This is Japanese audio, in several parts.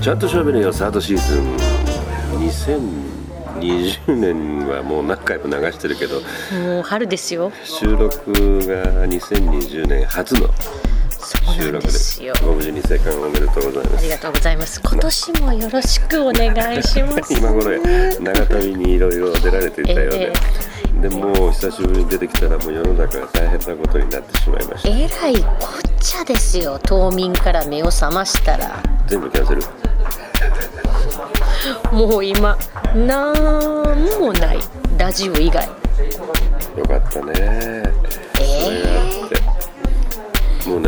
ちゃんと喋れよサードシーズン。2020年はもう何回も流してるけど、 もう春ですよ。 収録が2020年初の収録です。ご無事に生還おめでとうございます。 ありがとうございます。今年もよろしくお願いします今頃長旅にいろいろ出られていたようで、でもう久しぶりに出てきたらもう世の中が大変なことになってしまいました。 えらいこっちゃですよ。冬眠から目を覚ましたら全部キャンセル。 もう今なんもない、ラジオ以外。 よかったね。それがあってもうね、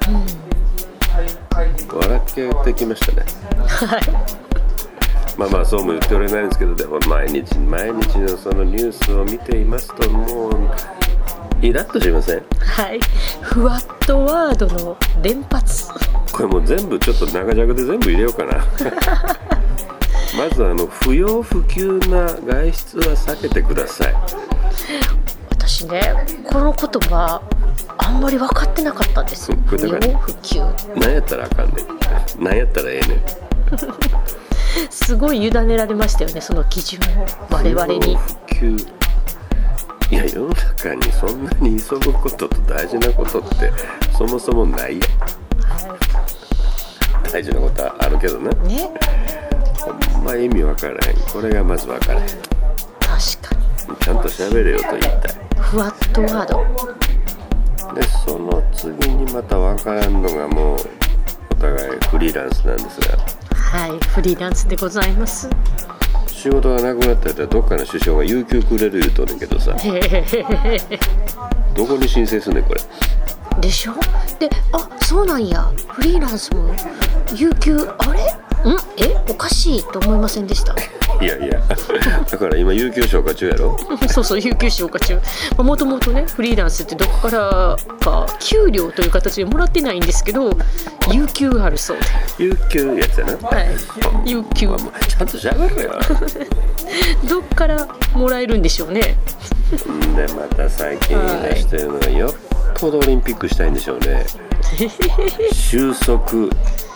笑けてきましたね。 はいまあそうも言っておれないんですけど、でも毎日のそのニュースを見ていますともうイラッとしません？ はい、ふわっとワードの連発。 これもう全部ちょっと長尺で全部入れようかなまず不要不急な外出は避けてください。 私ね、この言葉あんまり分かってなかったんですよ。不要不急。 何やったらあかんねん、何やったらええねんすごい委ねられましたよね、その基準を我々に。 不要不急。いや、世の中にそんなに急ぐことと大事なことってそもそもないやん。大事なことはあるけどね。ほんま意味わからへん。これがまずわからへん。 確かに。 ちゃんと喋れよと言いたい。 ふわっとワードで、その次にまたわからんのがもうお互いフリーランスなんですが。 はい、フリーランスでございます。 仕事がなくなったらどっかの首相が有給くれる言うとんねんけどさどこに申請すんねんこれ。 でしょ。で、そうなんや、フリーランスも有給、あれおかしいと思いませんでした？ いやだから今有給消化中やろそう有給消化中。もともとね、フリーランスってどこからか給料という形でもらってないんですけど、有給があるそうで。 有給やつやな。 はい、有給。 ちゃんと喋るよどっからもらえるんでしょうねでまた最近言い出してるのがよっぽどオリンピックしたいんでしょうね収束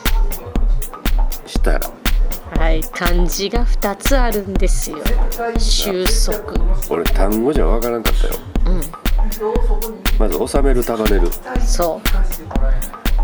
したら。 はい、漢字が2つあるんですよ。収束。 俺単語じゃわからんかったよ。まず収める、束ねる。 そう。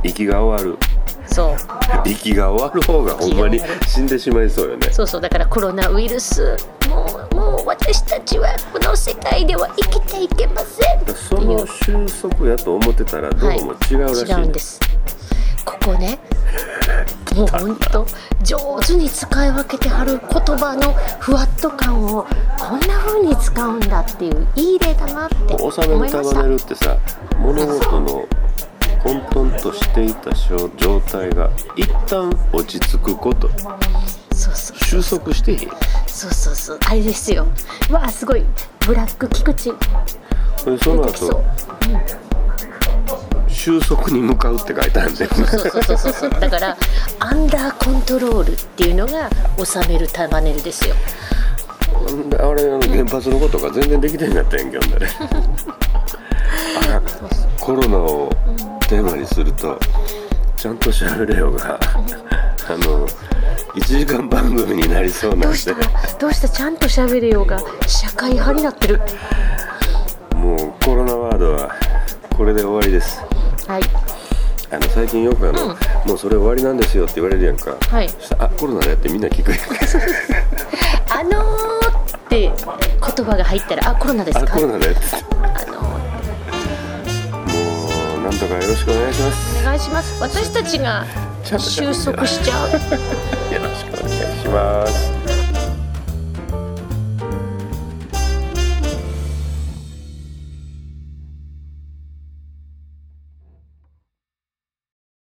息が終わる。 そう。 息が終わる方がほんまに死んでしまいそうよね。 そうだからコロナウイルスもう私たちはこの世界では生きていけません。 その収束やと思ってたらどうも違うらしい、 違うんです。ここね、もうほんと上手に使い分けてはる言葉のふわっと感をこんな風に使うんだっていういい例だなって思いました。 収める、束ねるってさ、物事の混沌としていた状態が一旦落ち着くこと。 そう収束してへん。 そうあれですよ。わあ、すごいブラック菊池その後収束に向かうって書いてあるんだよ。 そうだからアンダーコントロールっていうのが収める、束ねるですよ。 あれ原発のことが全然できてんかったやんけほんだねコロナをテーマにするとちゃんと喋れよが1時間番組になりそうなんで。 どうしたちゃんと喋れよが社会派になってる。 もうコロナワードはこれで終わりです。 はい。 最近よくもうそれ終わりなんですよって言われるやんか。 はい。 コロナでやってみんな聞くやんかって言葉が入ったらコロナですか。 コロナでってもうなんとかよろしくお願いします。 お願いします。私たちが収束しちゃうよろしくお願いします。